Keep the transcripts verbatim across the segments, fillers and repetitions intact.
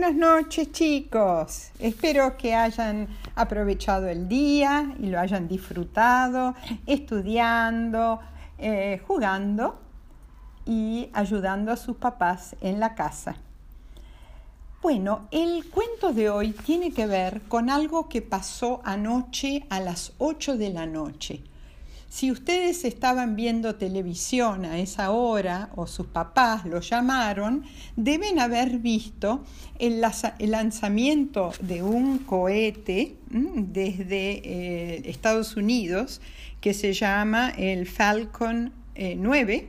Buenas noches, chicos. Espero que hayan aprovechado el día y lo hayan disfrutado, estudiando, eh, jugando y ayudando a sus papás en la casa. Bueno, el cuento de hoy tiene que ver con algo que pasó anoche a las ocho de la noche. Si ustedes estaban viendo televisión a esa hora o sus papás lo llamaron, deben haber visto el, el lanzamiento de un cohete ¿m? desde eh, Estados Unidos que se llama el Falcon eh, nueve,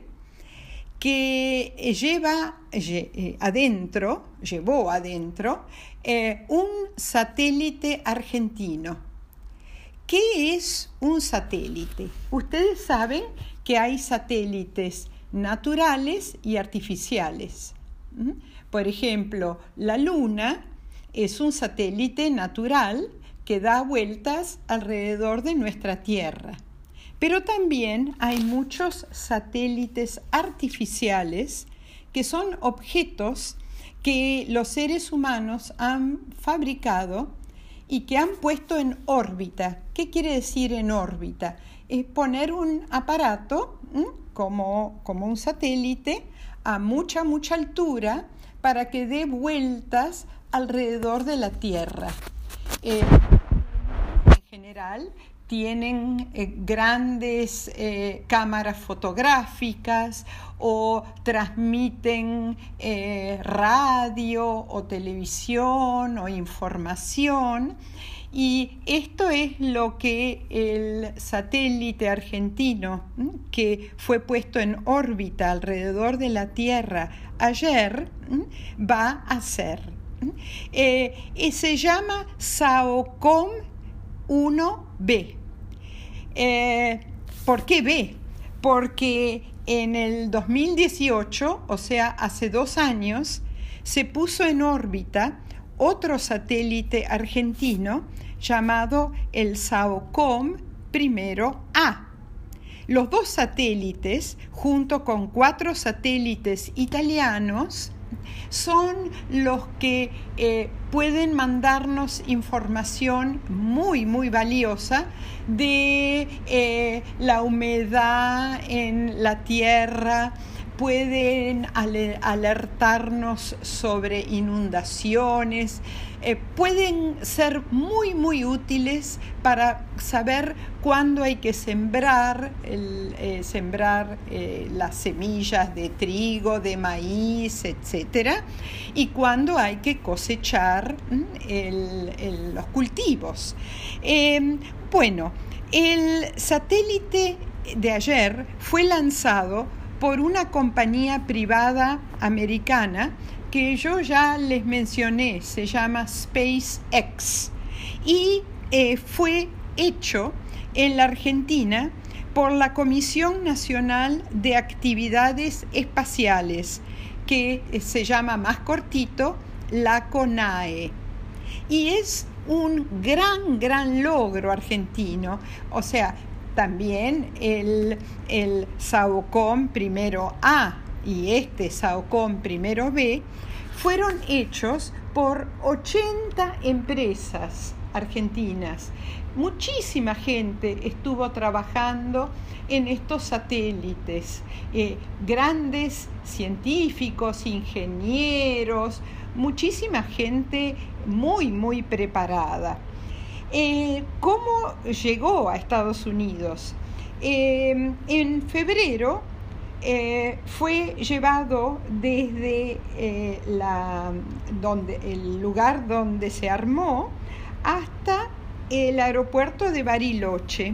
que lleva eh, adentro, llevó adentro eh, un satélite argentino. ¿Qué es un satélite? Ustedes saben que hay satélites naturales y artificiales. Por ejemplo, la Luna es un satélite natural que da vueltas alrededor de nuestra Tierra. Pero también hay muchos satélites artificiales que son objetos que los seres humanos han fabricado y que han puesto en órbita. ¿Qué quiere decir en órbita? Es poner un aparato ¿m? como, como un satélite a mucha, mucha altura para que dé vueltas alrededor de la Tierra. Eh, en general, tienen eh, grandes eh, cámaras fotográficas o transmiten eh, radio o televisión o información, y esto es lo que el satélite argentino ¿m? que fue puesto en órbita alrededor de la Tierra ayer ¿m? va a hacer. Eh, y se llama SAOCOM uno B. Eh, ¿Por qué B? Porque en el dos mil dieciocho, o sea, hace dos años, se puso en órbita otro satélite argentino llamado el SAOCOM primero A. Los dos satélites, junto con cuatro satélites italianos, son los que eh, pueden mandarnos información muy, muy valiosa de eh, la humedad en la tierra, pueden alertarnos sobre inundaciones, eh, pueden ser muy, muy útiles para saber cuándo hay que sembrar, el, eh, sembrar eh, las semillas de trigo, de maíz, etcétera, y cuándo hay que cosechar el, el, los cultivos. Eh, bueno, el satélite de ayer fue lanzado por una compañía privada americana que yo ya les mencioné, se llama SpaceX, y eh, fue hecho en la Argentina por la Comisión Nacional de Actividades Espaciales, que se llama más cortito la CONAE, y es un gran, gran logro argentino. O sea, también el, el SAOCOM primero A y este SAOCOM primero B fueron hechos por ochenta empresas argentinas. Muchísima gente estuvo trabajando en estos satélites, eh, grandes científicos, ingenieros, muchísima gente muy, muy preparada. Eh, ¿Cómo llegó a Estados Unidos? Eh, en febrero eh, fue llevado desde eh, la, donde, el lugar donde se armó hasta el aeropuerto de Bariloche,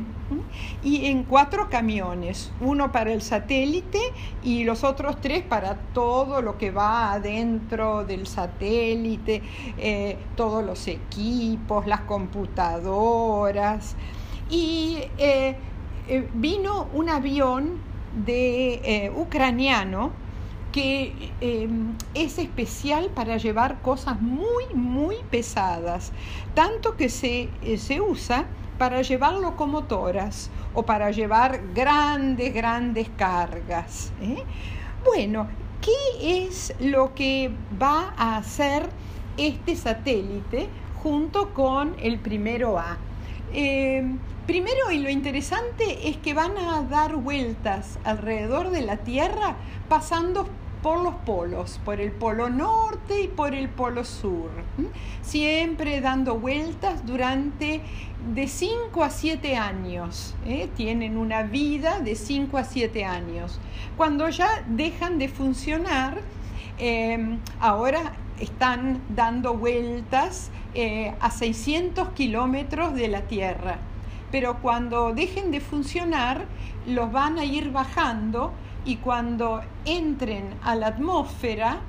y en cuatro camiones, uno para el satélite y los otros tres para todo lo que va adentro del satélite, eh, todos los equipos, las computadoras. Y eh, eh, vino un avión de eh, ucraniano que eh, es especial para llevar cosas muy, muy pesadas, tanto que se, eh, se usa para llevar locomotoras o para llevar grandes, grandes cargas. ¿eh? Bueno, ¿qué es lo que va a hacer este satélite junto con el primero A. Eh, primero, y lo interesante es que van a dar vueltas alrededor de la Tierra pasando por los polos, por el polo norte y por el polo sur, siempre dando vueltas durante de cinco a siete años, ¿eh? Tienen una vida de cinco a siete años. Cuando ya dejan de funcionar, eh, ahora están dando vueltas eh, a seiscientos kilómetros de la Tierra, pero cuando dejen de funcionar, los van a ir bajando, y cuando entren a la atmósfera,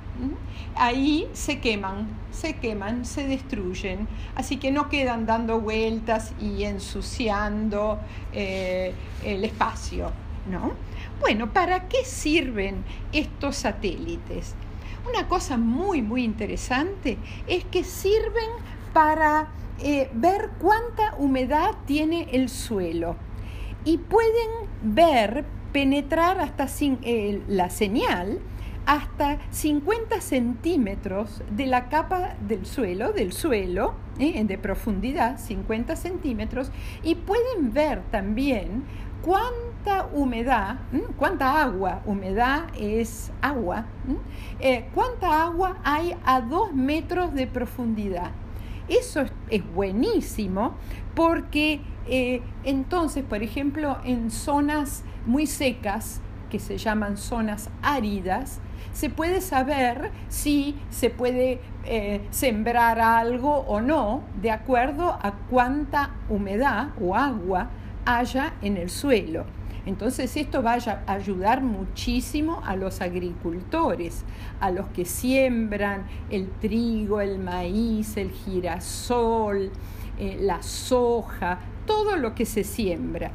ahí se queman, se queman, se destruyen. Así que no quedan dando vueltas y ensuciando eh, el espacio, ¿no? Bueno, ¿para qué sirven estos satélites? Una cosa muy, muy interesante es que sirven para eh, ver cuánta humedad tiene el suelo, y pueden ver penetrar hasta sin, eh, la señal hasta cincuenta centímetros de la capa del suelo, del suelo, eh, de profundidad, cincuenta centímetros, y pueden ver también cuánta humedad, cuánta agua, humedad es agua, eh, cuánta agua hay a dos metros de profundidad. Eso es, es buenísimo porque eh, entonces, por ejemplo, en zonas muy secas, que se llaman zonas áridas, se puede saber si se puede eh, sembrar algo o no, de acuerdo a cuánta humedad o agua haya en el suelo. Entonces esto va a ayudar muchísimo a los agricultores, a los que siembran el trigo, el maíz, el girasol, eh, la soja, todo lo que se siembra.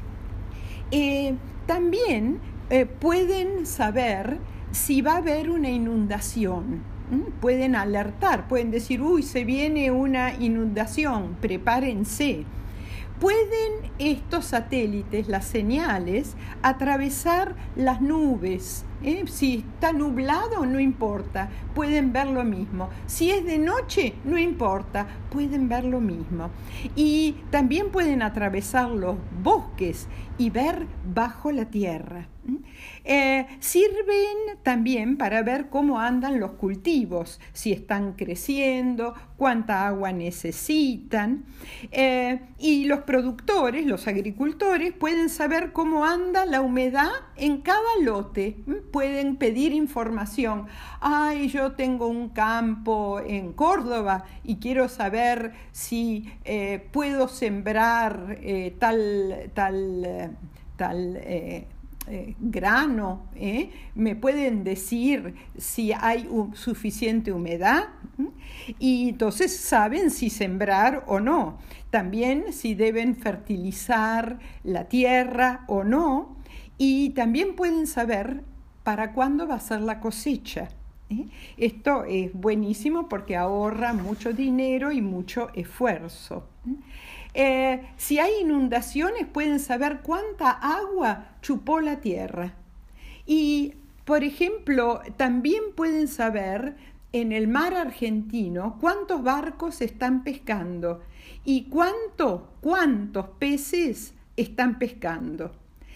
Eh, también eh, pueden saber si va a haber una inundación. ¿Mm? Pueden alertar, pueden decir, uy, se viene una inundación, prepárense. Pueden estos satélites, las señales, atravesar las nubes. ¿eh? Si está nublado, no importa, pueden ver lo mismo. Si es de noche, no importa, pueden ver lo mismo. Y también pueden atravesar los bosques y ver bajo la tierra. Eh, sirven también para ver cómo andan los cultivos, si están creciendo, cuánta agua necesitan. Eh, y los productores, los agricultores, pueden saber cómo anda la humedad en cada lote. Pueden pedir información. Ay, yo tengo un campo en Córdoba y quiero saber si eh, puedo sembrar eh, tal, tal, eh, tal eh, Eh, grano, ¿eh? me pueden decir si hay um, suficiente humedad, ¿eh? Y entonces saben si sembrar o no, también si deben fertilizar la tierra o no, y también pueden saber para cuándo va a ser la cosecha. ¿eh? Esto es buenísimo porque ahorra mucho dinero y mucho esfuerzo. ¿eh? Eh, si hay inundaciones, pueden saber cuánta agua chupó la tierra. Y, por ejemplo, también pueden saber en el mar argentino cuántos barcos están pescando y cuánto, cuántos peces están pescando.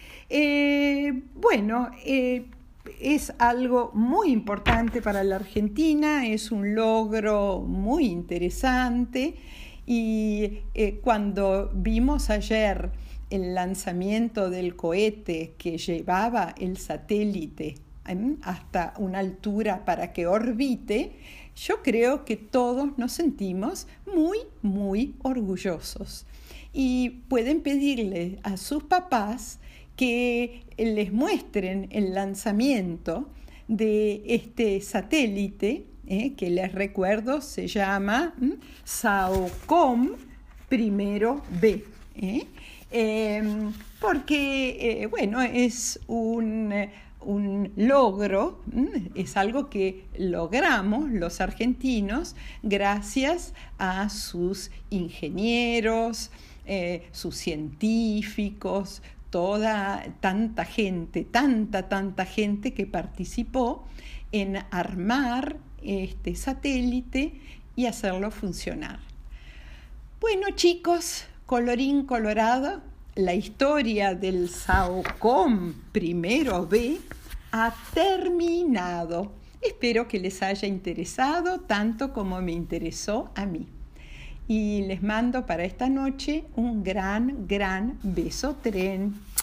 Eh, bueno, eh, es algo muy importante para la Argentina, es un logro muy interesante. Y eh, cuando vimos ayer el lanzamiento del cohete que llevaba el satélite ¿eh? hasta una altura para que orbite, yo creo que todos nos sentimos muy, muy orgullosos. Y pueden pedirle a sus papás que les muestren el lanzamiento de este satélite, Eh, que les recuerdo se llama ¿m? SAOCOM primero B, ¿eh? Eh, porque, eh, bueno, es un, un logro, ¿m? es algo que logramos los argentinos gracias a sus ingenieros, eh, sus científicos, toda, tanta gente, tanta, tanta gente que participó en armar este satélite y hacerlo funcionar. Bueno, chicos, colorín colorado, la historia del SAOCOM primero B ha terminado. Espero que les haya interesado tanto como me interesó a mí. Y les mando para esta noche un gran, gran beso tren.